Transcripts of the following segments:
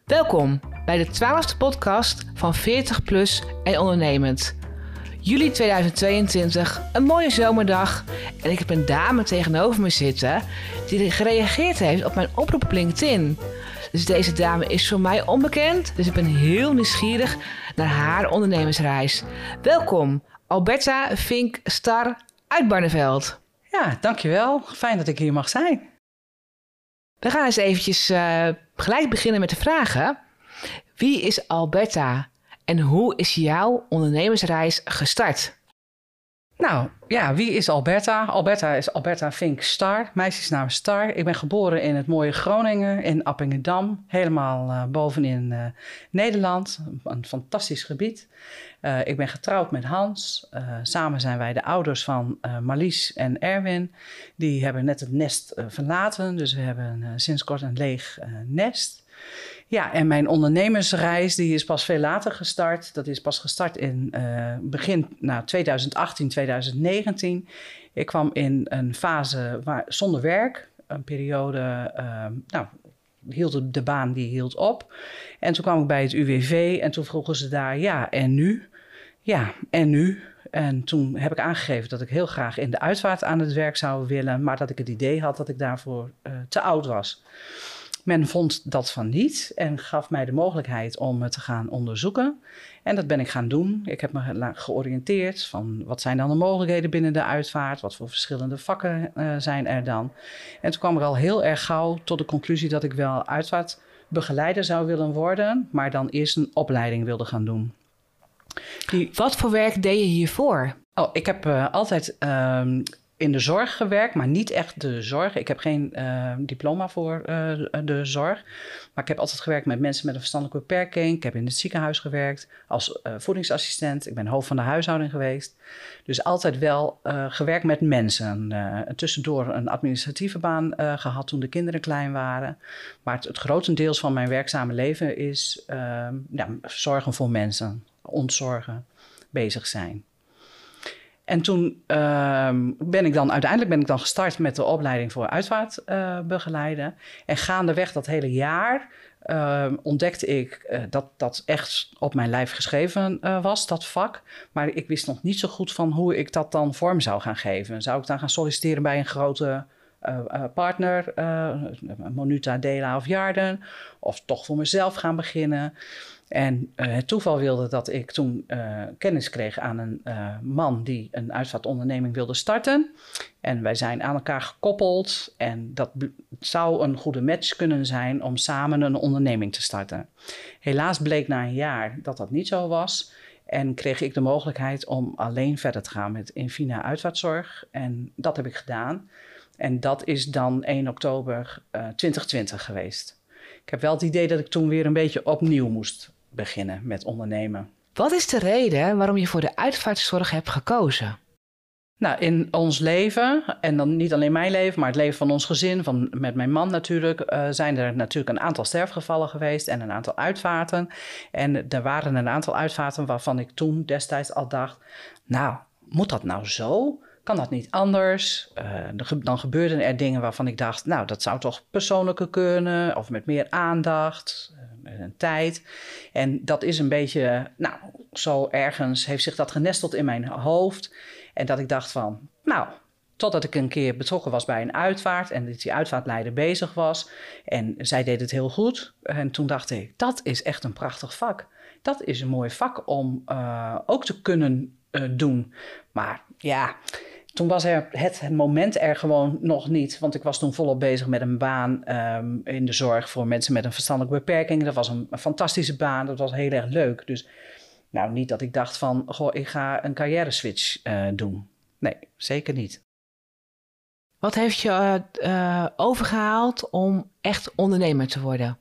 Welkom bij de 12e podcast van 40 Plus en Ondernemend. Juli 2022, een mooie zomerdag en ik heb een dame tegenover me zitten die gereageerd heeft op mijn oproep op LinkedIn. Dus deze dame is voor mij onbekend, dus ik ben heel nieuwsgierig naar haar ondernemersreis. Welkom, Alberta Vink Star uit Barneveld. Ja, dankjewel. Fijn dat ik hier mag zijn. We gaan eens eventjes gelijk beginnen met de vragen. Wie is Alberta en hoe is jouw ondernemersreis gestart? Nou, ja, wie is Alberta? Alberta is Alberta Vink Star, meisjesnaam Star. Ik ben geboren in het mooie Groningen, in Appingedam. Helemaal bovenin Nederland. Een fantastisch gebied. Ik ben getrouwd met Hans. Samen zijn wij de ouders van Marlies en Erwin. Die hebben net het nest verlaten. Dus we hebben sinds kort een leeg nest. Ja, en mijn ondernemersreis die is pas veel later gestart. Dat is pas gestart in begin 2018, 2019. Ik kwam in een fase zonder werk. Een periode, de baan die hield op. En toen kwam ik bij het UWV en toen vroegen ze daar, ja, en nu? Ja, en nu? En toen heb ik aangegeven dat ik heel graag in de uitvaart aan het werk zou willen, maar dat ik het idee had dat ik daarvoor te oud was. Men vond dat van niet en gaf mij de mogelijkheid om het te gaan onderzoeken. En dat ben ik gaan doen. Ik heb me georiënteerd van wat zijn dan de mogelijkheden binnen de uitvaart? Wat voor verschillende vakken zijn er dan? En toen kwam ik al heel erg gauw tot de conclusie dat ik wel uitvaartbegeleider zou willen worden, maar dan eerst een opleiding wilde gaan doen. Wat voor werk deed je hiervoor? Ik heb altijd in de zorg gewerkt, maar niet echt de zorg. Ik heb geen diploma voor de zorg. Maar ik heb altijd gewerkt met mensen met een verstandelijke beperking. Ik heb in het ziekenhuis gewerkt als voedingsassistent. Ik ben hoofd van de huishouding geweest. Dus altijd wel gewerkt met mensen. Tussendoor een administratieve baan gehad toen de kinderen klein waren. Maar het grotendeels van mijn werkzame leven is zorgen voor mensen. Ontzorgen, bezig zijn. En toen ben ik dan gestart met de opleiding voor uitvaartbegeleider. En gaandeweg dat hele jaar ontdekte ik dat dat echt op mijn lijf geschreven was, dat vak. Maar ik wist nog niet zo goed van hoe ik dat dan vorm zou gaan geven. Zou ik dan gaan solliciteren bij een grote partner, Monuta, Dela of Jarden, of toch voor mezelf gaan beginnen. En het toeval wilde dat ik toen kennis kreeg aan een man die een uitvaartonderneming wilde starten. En wij zijn aan elkaar gekoppeld en dat zou een goede match kunnen zijn om samen een onderneming te starten. Helaas bleek na een jaar dat dat niet zo was en kreeg ik de mogelijkheid om alleen verder te gaan met Infina Uitvaartzorg. En dat heb ik gedaan. En dat is dan 1 oktober 2020 geweest. Ik heb wel het idee dat ik toen weer een beetje opnieuw moest beginnen met ondernemen. Wat is de reden waarom je voor de uitvaartzorg hebt gekozen? Nou, in ons leven, en dan niet alleen mijn leven, maar het leven van ons gezin, met mijn man natuurlijk, zijn er natuurlijk een aantal sterfgevallen geweest en een aantal uitvaarten. En er waren een aantal uitvaarten waarvan ik toen destijds al dacht, nou, moet dat nou zo? Kan dat niet anders? Dan gebeurden er dingen waarvan ik dacht, nou, dat zou toch persoonlijker kunnen of met meer aandacht en tijd. En dat is een beetje, nou, zo ergens heeft zich dat genesteld in mijn hoofd. En dat ik dacht van, nou, totdat ik een keer betrokken was bij een uitvaart en dat die uitvaartleider bezig was. En zij deed het heel goed. En toen dacht ik, dat is echt een prachtig vak. Dat is een mooi vak om ook te kunnen doen. Maar ja, toen was het moment er gewoon nog niet. Want ik was toen volop bezig met een baan in de zorg voor mensen met een verstandelijke beperking. Dat was een fantastische baan. Dat was heel erg leuk. Dus nou, niet dat ik dacht van, goh, ik ga een carrière switch doen. Nee, zeker niet. Wat heeft je overgehaald om echt ondernemer te worden?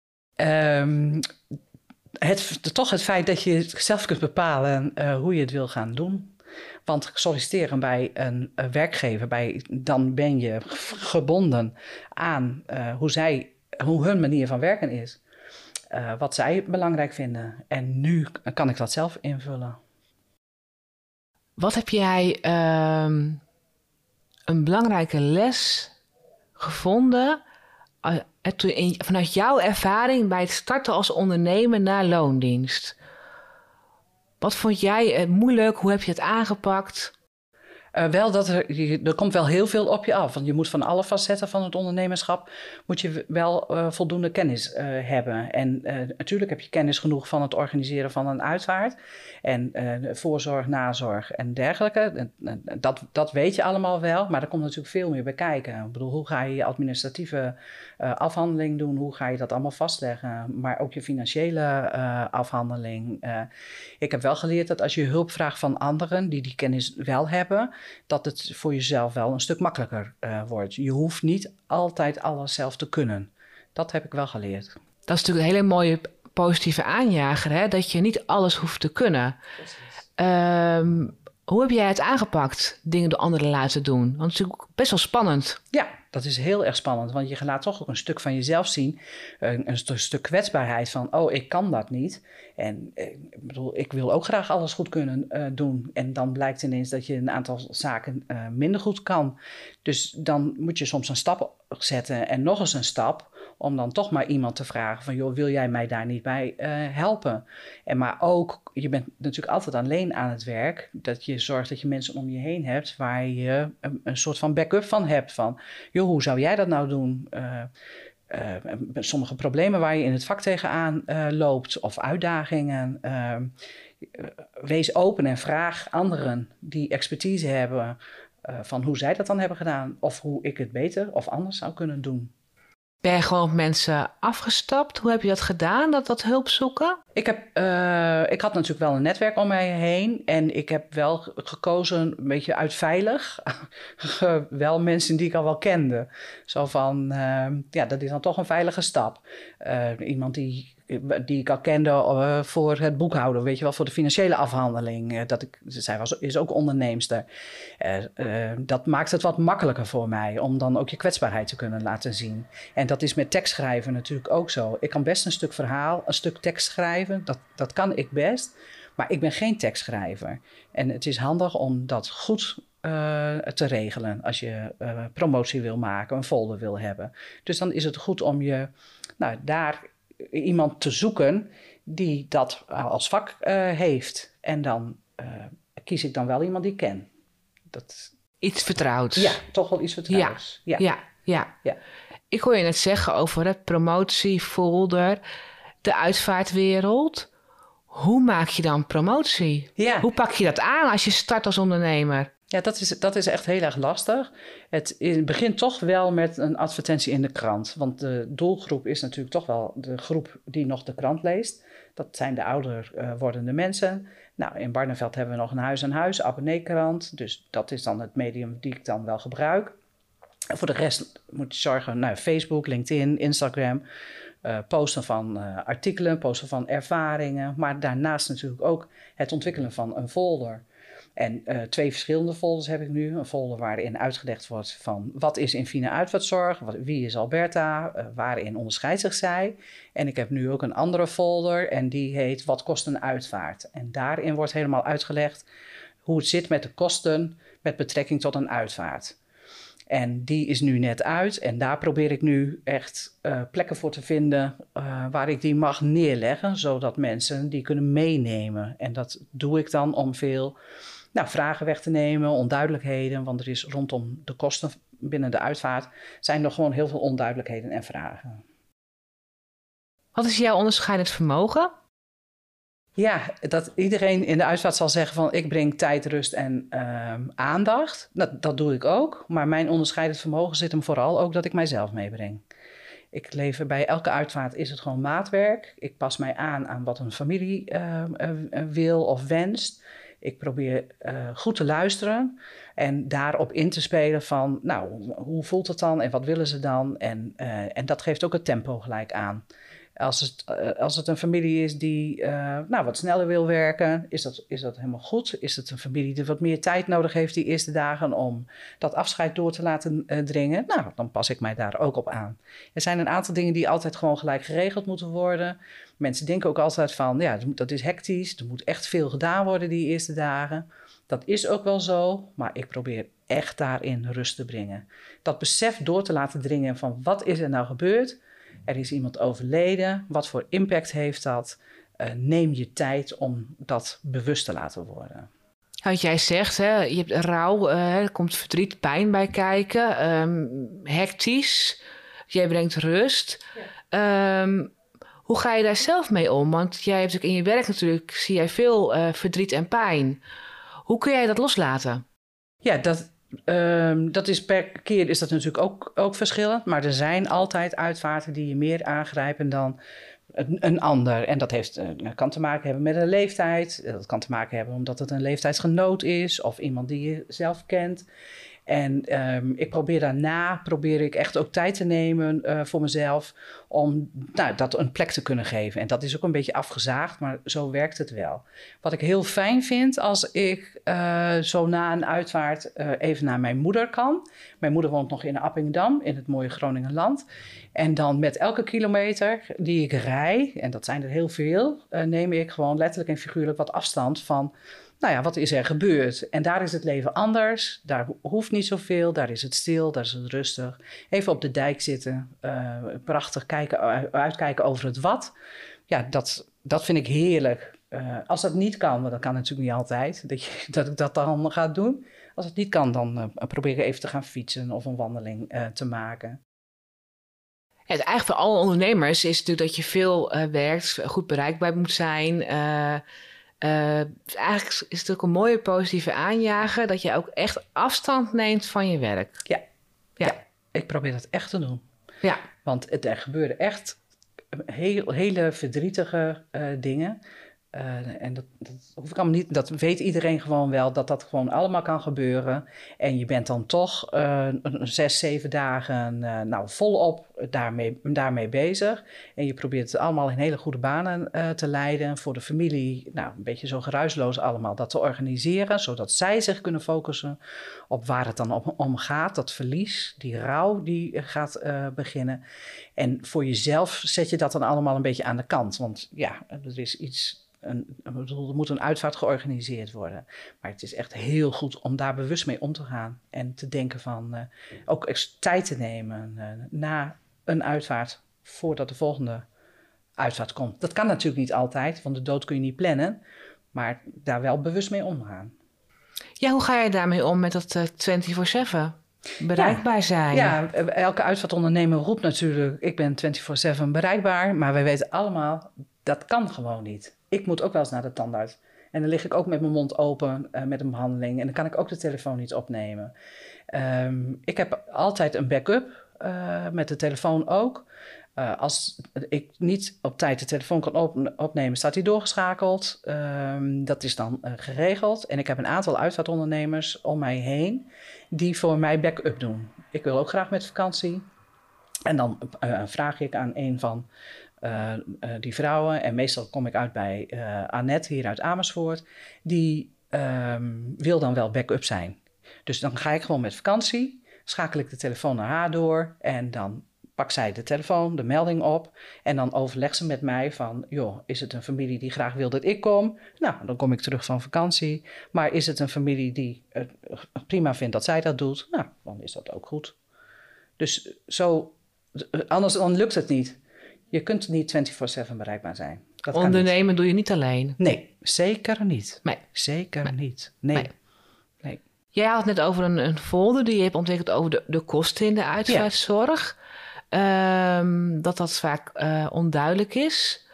Toch het feit dat je zelf kunt bepalen hoe je het wil gaan doen. Want solliciteren bij een werkgever, dan ben je gebonden aan hoe hun manier van werken is. Wat zij belangrijk vinden. En nu kan ik dat zelf invullen. Wat heb jij een belangrijke les gevonden vanuit jouw ervaring bij het starten als ondernemer naar loondienst. Wat vond jij moeilijk? Hoe heb je het aangepakt? Er komt wel heel veel op je af. Want je moet van alle facetten van het ondernemerschap moet je wel voldoende kennis hebben. En natuurlijk heb je kennis genoeg van het organiseren van een uitvaart. En voorzorg, nazorg en dergelijke. Dat weet je allemaal wel. Maar er komt natuurlijk veel meer bij kijken. Ik bedoel, hoe ga je je administratieve afhandeling doen? Hoe ga je dat allemaal vastleggen? Maar ook je financiële afhandeling. Ik heb wel geleerd dat als je hulp vraagt van anderen die kennis wel hebben, dat het voor jezelf wel een stuk makkelijker wordt. Je hoeft niet altijd alles zelf te kunnen. Dat heb ik wel geleerd. Dat is natuurlijk een hele mooie positieve aanjager, hè? Dat je niet alles hoeft te kunnen. Hoe heb jij het aangepakt, dingen door anderen laten doen? Want het is natuurlijk best wel spannend. Ja, dat is heel erg spannend, want je laat toch ook een stuk van jezelf zien. Een stuk kwetsbaarheid van, oh, ik kan dat niet. En ik wil ook graag alles goed kunnen doen. En dan blijkt ineens dat je een aantal zaken minder goed kan. Dus dan moet je soms een stap zetten en nog eens een stap, om dan toch maar iemand te vragen van, joh, wil jij mij daar niet bij helpen? Maar ook, je bent natuurlijk altijd alleen aan het werk, dat je zorgt dat je mensen om je heen hebt waar je een soort van backup van hebt. Van, joh, hoe zou jij dat nou doen? Sommige problemen waar je in het vak tegenaan loopt of uitdagingen. Wees open en vraag anderen die expertise hebben van hoe zij dat dan hebben gedaan, of hoe ik het beter of anders zou kunnen doen. Ben je gewoon op mensen afgestapt? Hoe heb je dat gedaan, dat hulp zoeken? Ik had natuurlijk wel een netwerk om mij heen. En ik heb wel gekozen, een beetje uit veilig, wel mensen die ik al wel kende. Zo van, dat is dan toch een veilige stap. Iemand die ik al kende voor het boekhouden, weet je wel, voor de financiële afhandeling. Zij is ook onderneemster. Dat maakt het wat makkelijker voor mij om dan ook je kwetsbaarheid te kunnen laten zien. En dat is met tekstschrijven natuurlijk ook zo. Ik kan best een stuk verhaal, een stuk tekst schrijven. Dat kan ik best, maar ik ben geen tekstschrijver. En het is handig om dat goed te regelen als je promotie wil maken, een folder wil hebben. Dus dan is het goed om je daar iemand te zoeken die dat als vak heeft. En dan kies ik dan wel iemand die ik ken. Iets vertrouwds. Ja, toch wel iets vertrouwds. Ja. Ik hoor je net zeggen over het promotie, folder, de uitvaartwereld. Hoe maak je dan promotie? Ja. Hoe pak je dat aan als je start als ondernemer? Ja, dat is echt heel erg lastig. Het begint toch wel met een advertentie in de krant. Want de doelgroep is natuurlijk toch wel de groep die nog de krant leest. Dat zijn de ouder wordende mensen. Nou, in Barneveld hebben we nog een huis-aan-huis abonneekrant. Dus dat is dan het medium die ik dan wel gebruik. En voor de rest moet je zorgen, Facebook, LinkedIn, Instagram, posten van artikelen, posten van ervaringen. Maar daarnaast natuurlijk ook het ontwikkelen van een folder. En 2 verschillende folders heb ik nu. Een folder waarin uitgelegd wordt van wat is Infine Uitvaartzorg, wie is Alberta, waarin onderscheidt zich zij. En ik heb nu ook een andere folder en die heet Wat kost een uitvaart? En daarin wordt helemaal uitgelegd hoe het zit met de kosten met betrekking tot een uitvaart. En die is nu net uit en daar probeer ik nu echt plekken voor te vinden waar ik die mag neerleggen, zodat mensen die kunnen meenemen. En dat doe ik dan om veel vragen weg te nemen, onduidelijkheden, want er is rondom de kosten binnen de uitvaart zijn nog gewoon heel veel onduidelijkheden en vragen. Wat is jouw onderscheidend vermogen? Ja, dat iedereen in de uitvaart zal zeggen van ik breng tijd, rust en aandacht. Dat doe ik ook, maar mijn onderscheidend vermogen zit hem vooral ook dat ik mijzelf meebreng. Ik lever bij elke uitvaart is het gewoon maatwerk. Ik pas mij aan wat een familie wil of wenst. Ik probeer goed te luisteren en daarop in te spelen van, hoe voelt het dan en wat willen ze dan? En dat geeft ook het tempo gelijk aan. Als het een familie is die wat sneller wil werken, is dat helemaal goed. Is het een familie die wat meer tijd nodig heeft die eerste dagen om dat afscheid door te laten dringen? Dan pas ik mij daar ook op aan. Er zijn een aantal dingen die altijd gewoon gelijk geregeld moeten worden. Mensen denken ook altijd van, dat is hectisch. Er moet echt veel gedaan worden die eerste dagen. Dat is ook wel zo, maar ik probeer echt daarin rust te brengen. Dat besef door te laten dringen van wat is er nou gebeurd? Er is iemand overleden. Wat voor impact heeft dat? Neem je tijd om dat bewust te laten worden. Wat jij zegt, hè, je hebt rouw, er komt verdriet, pijn bij kijken. Hectisch. Jij brengt rust. Ja. Hoe ga je daar zelf mee om? Want jij hebt ook in je werk natuurlijk, zie jij veel verdriet en pijn. Hoe kun jij dat loslaten? Ja, dat is per keer is dat natuurlijk ook verschillend. Maar er zijn altijd uitvaarten die je meer aangrijpen dan een ander. En dat kan te maken hebben met een leeftijd. Dat kan te maken hebben omdat het een leeftijdsgenoot is of iemand die je zelf kent. En probeer ik echt ook tijd te nemen voor mezelf om dat een plek te kunnen geven. En dat is ook een beetje afgezaagd, maar zo werkt het wel. Wat ik heel fijn vind als ik zo na een uitvaart even naar mijn moeder kan. Mijn moeder woont nog in Appingedam, in het mooie Groningenland. En dan met elke kilometer die ik rij, en dat zijn er heel veel, neem ik gewoon letterlijk en figuurlijk wat afstand van, wat is er gebeurd? En daar is het leven anders. Daar hoeft niet zoveel. Daar is het stil, daar is het rustig. Even op de dijk zitten. Prachtig uitkijken over het wat. Ja, dat vind ik heerlijk. Als dat niet kan, want dat kan natuurlijk niet altijd, dat ik dat dan ga doen. Als het niet kan, dan probeer ik even te gaan fietsen of een wandeling te maken. Het eigenlijk voor alle ondernemers is natuurlijk dat je veel werkt, goed bereikbaar moet zijn. Eigenlijk is het ook een mooie positieve aanjager dat je ook echt afstand neemt van je werk. Ja, ik probeer dat echt te doen. Ja. Want er gebeuren echt hele verdrietige dingen. En dat hoef ik allemaal niet. Dat weet iedereen gewoon wel, dat gewoon allemaal kan gebeuren. En je bent dan toch 6, 7 dagen volop daarmee bezig. En je probeert het allemaal in hele goede banen te leiden. Voor de familie, een beetje zo geruisloos allemaal dat te organiseren. Zodat zij zich kunnen focussen op waar het dan om gaat. Dat verlies, die rouw die gaat beginnen. En voor jezelf zet je dat dan allemaal een beetje aan de kant. Want er is iets. Er moet een uitvaart georganiseerd worden. Maar het is echt heel goed om daar bewust mee om te gaan. En te denken van, ook eens tijd te nemen na een uitvaart, voordat de volgende uitvaart komt. Dat kan natuurlijk niet altijd, want de dood kun je niet plannen. Maar daar wel bewust mee omgaan. Ja, hoe ga je daarmee om met dat 24/7 bereikbaar zijn? Ja, elke uitvaartondernemer roept natuurlijk, ik ben 24/7 bereikbaar. Maar wij weten allemaal, dat kan gewoon niet. Ik moet ook wel eens naar de tandarts. En dan lig ik ook met mijn mond open met een behandeling. En dan kan ik ook de telefoon niet opnemen. Ik heb altijd een backup met de telefoon ook. Als ik niet op tijd de telefoon kan opnemen, staat hij doorgeschakeld. Dat is dan geregeld. En ik heb een aantal uitvaartondernemers om mij heen die voor mij backup doen. Ik wil ook graag met vakantie. En dan vraag ik aan een van die vrouwen, en meestal kom ik uit bij Annette hier uit Amersfoort, die wil dan wel backup zijn. Dus dan ga ik gewoon met vakantie, schakel ik de telefoon naar haar door en dan pakt zij de telefoon, de melding op en dan overlegt ze met mij van, joh, is het een familie die graag wil dat ik kom? Nou, dan kom ik terug van vakantie. Maar is het een familie die prima vindt dat zij dat doet? Nou, dan is dat ook goed. Dus zo, anders dan lukt het niet. Je kunt niet 24/7 bereikbaar zijn. Dat Ondernemen doe je niet alleen? Nee, zeker niet. Nee. Zeker niet. Nee. Jij had het net over een folder die je hebt ontwikkeld over de kosten in de uitvaartzorg. Ja. Dat vaak onduidelijk is.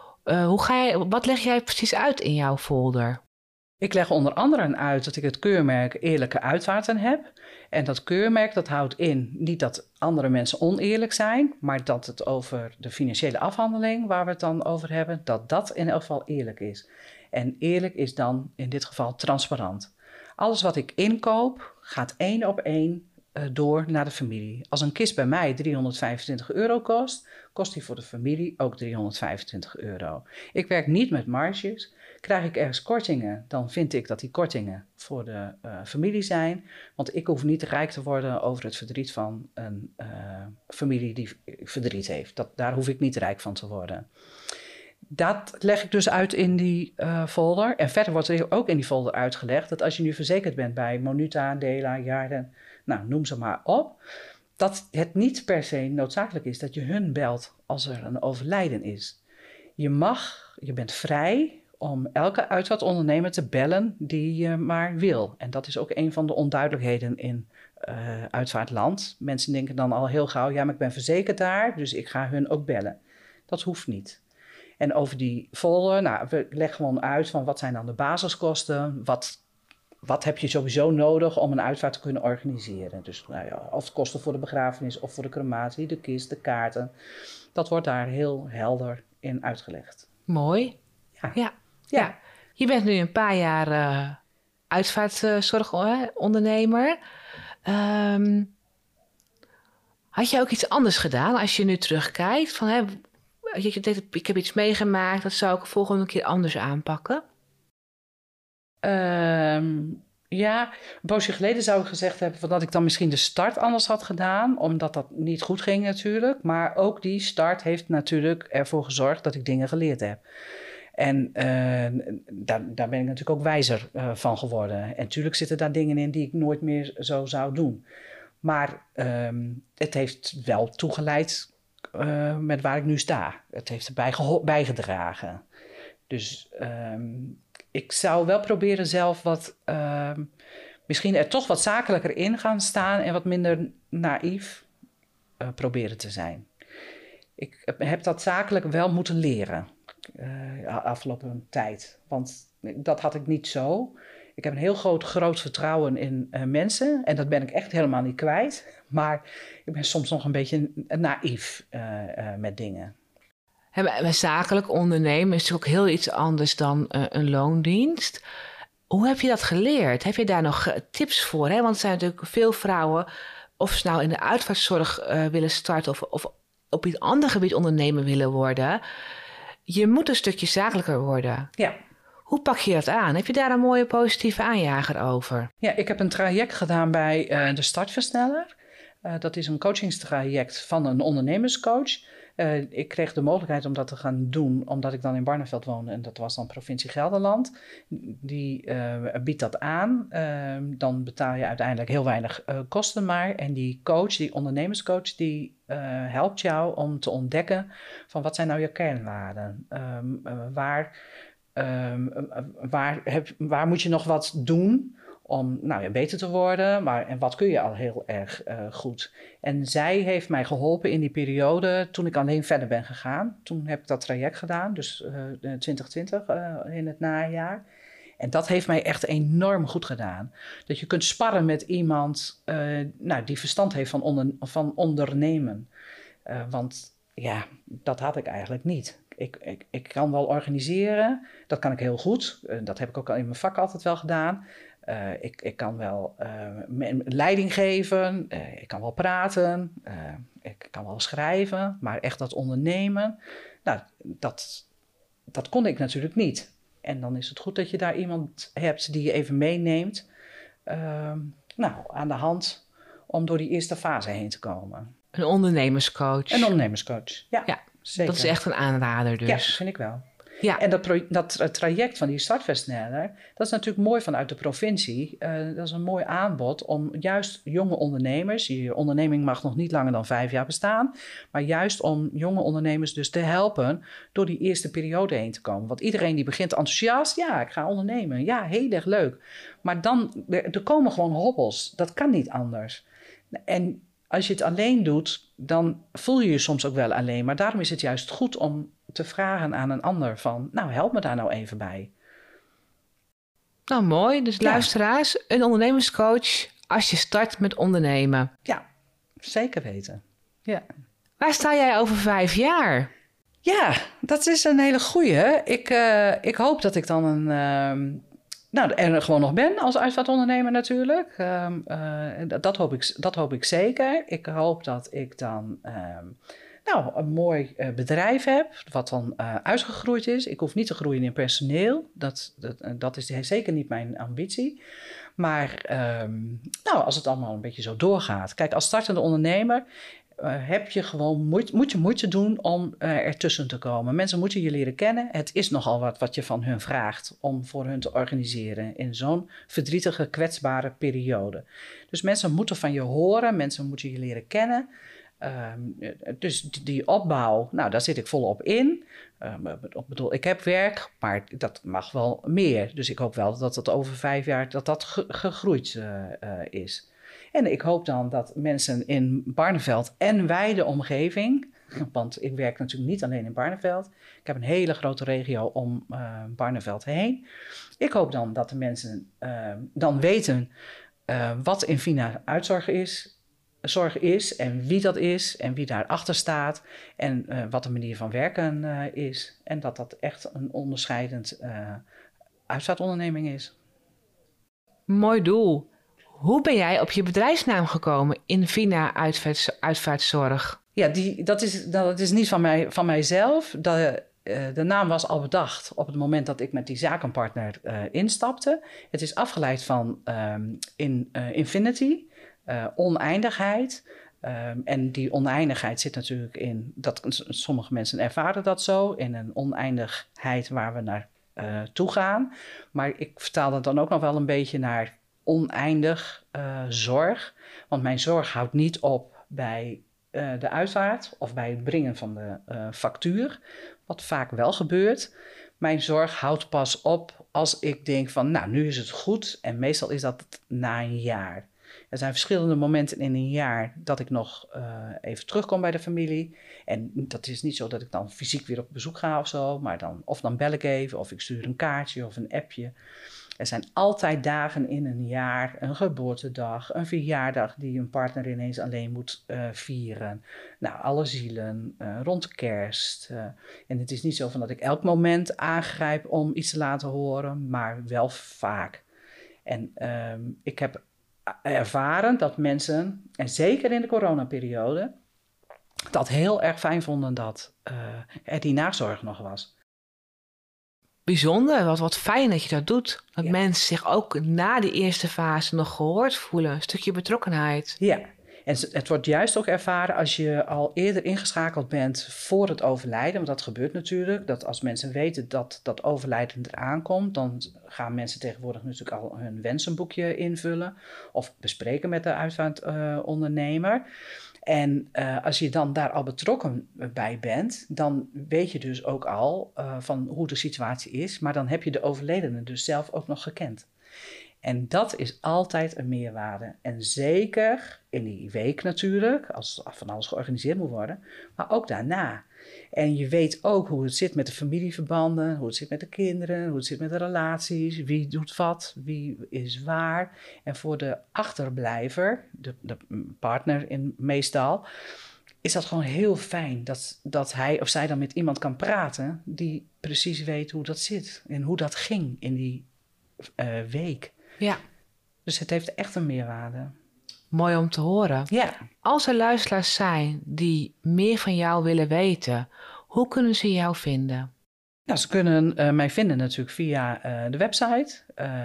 Wat leg jij precies uit in jouw folder? Ik leg onder andere uit dat ik het keurmerk Eerlijke Uitvaarten heb. En dat keurmerk dat houdt in niet dat andere mensen oneerlijk zijn, maar dat het over de financiële afhandeling, waar we het dan over hebben, dat in elk geval eerlijk is. En eerlijk is dan in dit geval transparant. Alles wat ik inkoop gaat 1 op 1 door naar de familie. Als een kist bij mij €325 kost, kost die voor de familie ook €325. Ik werk niet met marges. Krijg ik ergens kortingen, dan vind ik dat die kortingen voor de familie zijn. Want ik hoef niet rijk te worden over het verdriet van een familie die verdriet heeft. Daar hoef ik niet rijk van te worden. Dat leg ik dus uit in die folder. En verder wordt er ook in die folder uitgelegd dat als je nu verzekerd bent bij Monuta, Dela, Jarden, noem ze maar op. dat het niet per se noodzakelijk is dat je hun belt als er een overlijden is. Je bent vrij om elke uitvaartondernemer te bellen die je maar wil. En dat is ook een van de onduidelijkheden in uitvaartland. Mensen denken dan al heel gauw, ja, maar ik ben verzekerd daar, dus ik ga hun ook bellen. Dat hoeft niet. En over die volle, we leggen gewoon uit van wat zijn dan de basiskosten, wat heb je sowieso nodig om een uitvaart te kunnen organiseren. Dus of kosten voor de begrafenis of voor de crematie, de kist, de kaarten. Dat wordt daar heel helder in uitgelegd. Mooi. Ja. Je bent nu een paar jaar uitvaartzorgondernemer. Had je ook iets anders gedaan als je nu terugkijkt? Van, ik heb iets meegemaakt, dat zou ik de volgende keer anders aanpakken? Een poosje geleden zou ik gezegd hebben dat ik dan misschien de start anders had gedaan, omdat dat niet goed ging natuurlijk. Maar ook die start heeft natuurlijk ervoor gezorgd dat ik dingen geleerd heb. En daar ben ik natuurlijk ook wijzer van geworden. En natuurlijk zitten daar dingen in die ik nooit meer zo zou doen. Maar het heeft wel toegeleid met waar ik nu sta. Het heeft erbij bijgedragen. Dus ik zou wel proberen zelf misschien er toch wat zakelijker in gaan staan en wat minder naïef proberen te zijn. Ik heb dat zakelijk wel moeten leren afgelopen tijd. Want dat had ik niet zo. Ik heb een heel groot vertrouwen in mensen. En dat ben ik echt helemaal niet kwijt. Maar ik ben soms nog een beetje naïef met dingen. Zakelijk ondernemen is natuurlijk ook heel iets anders dan een loondienst. Hoe heb je dat geleerd? Heb je daar nog tips voor? Hè? Want er zijn natuurlijk veel vrouwen, of ze nou in de uitvaartzorg willen starten of op iets ander gebied ondernemer willen worden. Je moet een stukje zakelijker worden. Ja. Hoe pak je dat aan? Heb je daar een mooie positieve aanjager over? Ja, ik heb een traject gedaan bij de Startversneller. Dat is een coachingstraject van een ondernemerscoach. Ik kreeg de mogelijkheid om dat te gaan doen, omdat ik dan in Barneveld woonde. En dat was dan provincie Gelderland. Die biedt dat aan. Dan betaal je uiteindelijk heel weinig kosten maar. En die coach, die ondernemerscoach, die helpt jou om te ontdekken van wat zijn nou je kernwaarden? Waar moet je nog wat doen om beter te worden, en wat kun je al heel erg goed. En zij heeft mij geholpen in die periode toen ik alleen verder ben gegaan. Toen heb ik dat traject gedaan, dus 2020 in het najaar. En dat heeft mij echt enorm goed gedaan. Dat je kunt sparren met iemand die verstand heeft van ondernemen. Want ja, dat had ik eigenlijk niet. Ik kan wel organiseren, dat kan ik heel goed. Dat heb ik ook al in mijn vak altijd wel gedaan. Ik kan wel leiding geven, ik kan wel praten, ik kan wel schrijven. Maar echt dat ondernemen, dat kon ik natuurlijk niet. En dan is het goed dat je daar iemand hebt die je even meeneemt aan de hand om door die eerste fase heen te komen. Een ondernemerscoach. Een ondernemerscoach, ja. Zeker. Dat is echt een aanrader dus. Ja, vind ik wel. Ja. En dat traject van die startversneller, dat is natuurlijk mooi vanuit de provincie. Dat is een mooi aanbod om juist jonge ondernemers, je onderneming mag nog niet langer dan 5 jaar bestaan, maar juist om jonge ondernemers dus te helpen door die eerste periode heen te komen. Want iedereen die begint enthousiast, ja, ik ga ondernemen. Ja, heel erg leuk. Maar dan, er komen gewoon hobbels. Dat kan niet anders. En als je het alleen doet, dan voel je je soms ook wel alleen. Maar daarom is het juist goed om te vragen aan een ander van, help me daar nou even bij. Nou, mooi. Dus luisteraars, een ondernemerscoach als je start met ondernemen. Ja, zeker weten. Ja. Waar sta jij over 5 jaar? Ja, dat is een hele goeie. Ik hoop dat ik dan er gewoon nog ben als uitvaartondernemer natuurlijk. Dat hoop ik zeker. Ik hoop dat ik dan een mooi bedrijf heb, wat dan uitgegroeid is. Ik hoef niet te groeien in personeel. Dat is zeker niet mijn ambitie. Maar als het allemaal een beetje zo doorgaat. Kijk, als startende ondernemer heb je gewoon moeite doen om ertussen te komen. Mensen moeten je leren kennen. Het is nogal wat je van hun vraagt om voor hun te organiseren in zo'n verdrietige, kwetsbare periode. Dus mensen moeten van je horen, mensen moeten je leren kennen. Dus die opbouw, nou, daar zit ik volop in. Ik heb werk, maar dat mag wel meer. Dus ik hoop wel dat het over 5 jaar dat gegroeid is. En ik hoop dan dat mensen in Barneveld en wijde omgeving, want ik werk natuurlijk niet alleen in Barneveld. Ik heb een hele grote regio om Barneveld heen. Ik hoop dan dat de mensen dan weten wat Invina zorg is en wie dat is en wie daarachter staat en wat de manier van werken is. En dat dat echt een onderscheidend uitvaartonderneming is. Mooi doel. Hoe ben jij op je bedrijfsnaam gekomen, Invina Uitvaartzorg? Ja, dat is niet van mijzelf. De naam was al bedacht op het moment dat ik met die zakenpartner instapte. Het is afgeleid van Infinity, oneindigheid. En die oneindigheid zit natuurlijk in, dat sommige mensen ervaren dat zo, in een oneindigheid waar we naar toe gaan. Maar ik vertaal dat dan ook nog wel een beetje naar oneindig zorg. Want mijn zorg houdt niet op bij de uitvaart of bij het brengen van de factuur, wat vaak wel gebeurt. Mijn zorg houdt pas op als ik denk van, nou, nu is het goed. En meestal is dat na een jaar. Er zijn verschillende momenten in een jaar dat ik nog even terugkom bij de familie. En dat is niet zo dat ik dan fysiek weer op bezoek ga of zo. Maar dan bel ik even of ik stuur een kaartje of een appje. Er zijn altijd dagen in een jaar, een geboortedag, een verjaardag die een partner ineens alleen moet vieren. Nou, alle zielen, rond kerst. En het is niet zo van dat ik elk moment aangrijp om iets te laten horen, maar wel vaak. En ik heb ervaren dat mensen, en zeker in de coronaperiode, dat heel erg fijn vonden dat er die nazorg nog was. Bijzonder, wat fijn dat je dat doet. Dat Ja. mensen zich ook na die eerste fase nog gehoord voelen. Een stukje betrokkenheid. Ja, en het wordt juist ook ervaren als je al eerder ingeschakeld bent voor het overlijden. Want dat gebeurt natuurlijk. Dat als mensen weten dat dat overlijden eraan komt, dan gaan mensen tegenwoordig natuurlijk al hun wensenboekje invullen. Of bespreken met de uitvaartondernemer. En als je dan daar al betrokken bij bent, dan weet je dus ook al van hoe de situatie is. Maar dan heb je de overledene dus zelf ook nog gekend. En dat is altijd een meerwaarde. En zeker in die week natuurlijk, als van alles georganiseerd moet worden, maar ook daarna. En je weet ook hoe het zit met de familieverbanden, hoe het zit met de kinderen, hoe het zit met de relaties, wie doet wat, wie is waar. En voor de achterblijver, de partner meestal, is dat gewoon heel fijn dat hij of zij dan met iemand kan praten die precies weet hoe dat zit en hoe dat ging in die week. Ja, Dus het heeft echt een meerwaarde. mooi om te horen. Ja. Als er luisteraars zijn die meer van jou willen weten, hoe kunnen ze jou vinden? Nou, ze kunnen mij vinden natuurlijk via de website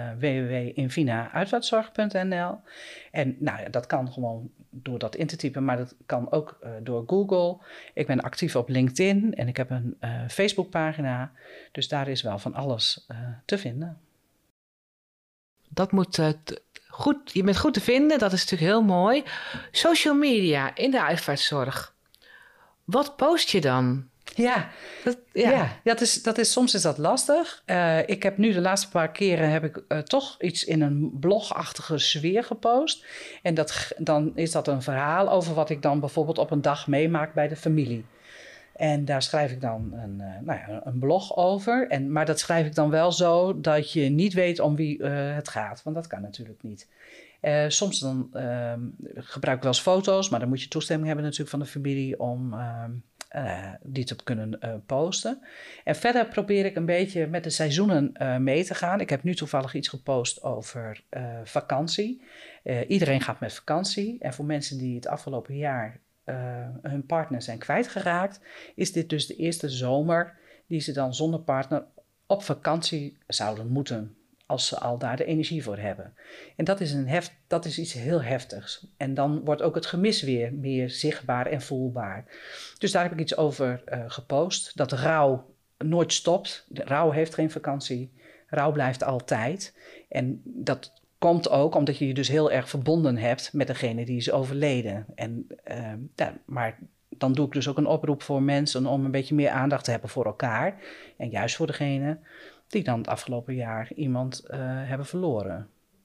www.invinauitvaartzorg.nl. En nou, dat kan gewoon door dat in te typen, maar dat kan ook door Google. Ik ben actief op LinkedIn en ik heb een Facebookpagina. Dus daar is wel van alles te vinden. Dat moet goed, je bent goed te vinden, dat is natuurlijk heel mooi. Social media in de uitvaartzorg. Wat post je dan? Ja, soms is dat lastig. Ik heb nu de laatste paar keren toch iets in een blogachtige sfeer gepost. En dan is dat een verhaal over wat ik dan bijvoorbeeld op een dag meemaak bij de familie. En daar schrijf ik dan een blog over. Maar dat schrijf ik dan wel zo dat je niet weet om wie het gaat. Want dat kan natuurlijk niet. Soms dan gebruik ik wel eens foto's, maar dan moet je toestemming hebben natuurlijk van de familie om die te kunnen posten. En verder probeer ik een beetje met de seizoenen mee te gaan. Ik heb nu toevallig iets gepost over vakantie. Iedereen gaat met vakantie. En voor mensen die het afgelopen jaar hun partner zijn kwijtgeraakt, is dit dus de eerste zomer die ze dan zonder partner op vakantie zouden moeten. als ze al daar de energie voor hebben. En dat is iets heel heftigs. En dan wordt ook het gemis weer meer zichtbaar en voelbaar. Dus daar heb ik iets over gepost. Dat rouw nooit stopt. Rouw heeft geen vakantie. Rouw blijft altijd. En dat komt ook omdat je je dus heel erg verbonden hebt met degene die is overleden. En, maar dan doe ik dus ook een oproep voor mensen om een beetje meer aandacht te hebben voor elkaar. En juist voor degene die dan het afgelopen jaar iemand hebben verloren.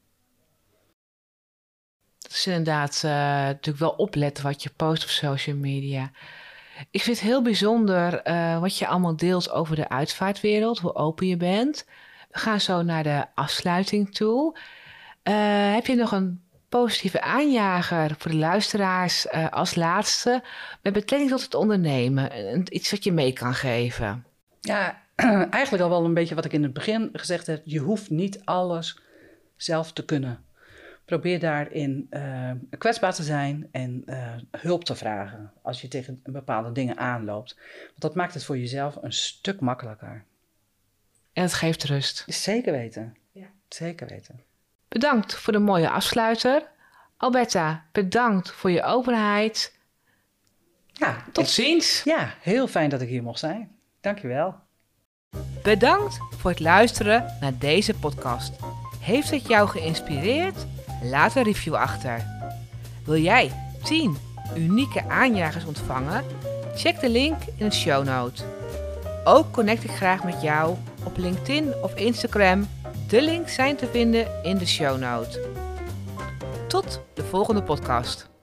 Het is inderdaad natuurlijk wel opletten wat je post op social media. Ik vind het heel bijzonder wat je allemaal deelt over de uitvaartwereld, hoe open je bent. We gaan zo naar de afsluiting toe. Heb je nog een positieve aanjager voor de luisteraars als laatste met betrekking tot het ondernemen? Iets wat je mee kan geven? Ja, eigenlijk al wel een beetje wat ik in het begin gezegd heb. Je hoeft niet alles zelf te kunnen. Probeer daarin kwetsbaar te zijn en hulp te vragen als je tegen bepaalde dingen aanloopt. Want dat maakt het voor jezelf een stuk makkelijker. En het geeft rust. Zeker weten. Ja. Zeker weten. Bedankt voor de mooie afsluiter. Alberta, bedankt voor je openheid. Ja, tot ziens. Ja, heel fijn dat ik hier mocht zijn. Dankjewel. Bedankt voor het luisteren naar deze podcast. Heeft het jou geïnspireerd? Laat een review achter. Wil jij 10 unieke aanjagers ontvangen? Check de link in het shownote. Ook connect ik graag met jou op LinkedIn of Instagram. De links zijn te vinden in de shownote. Tot de volgende podcast.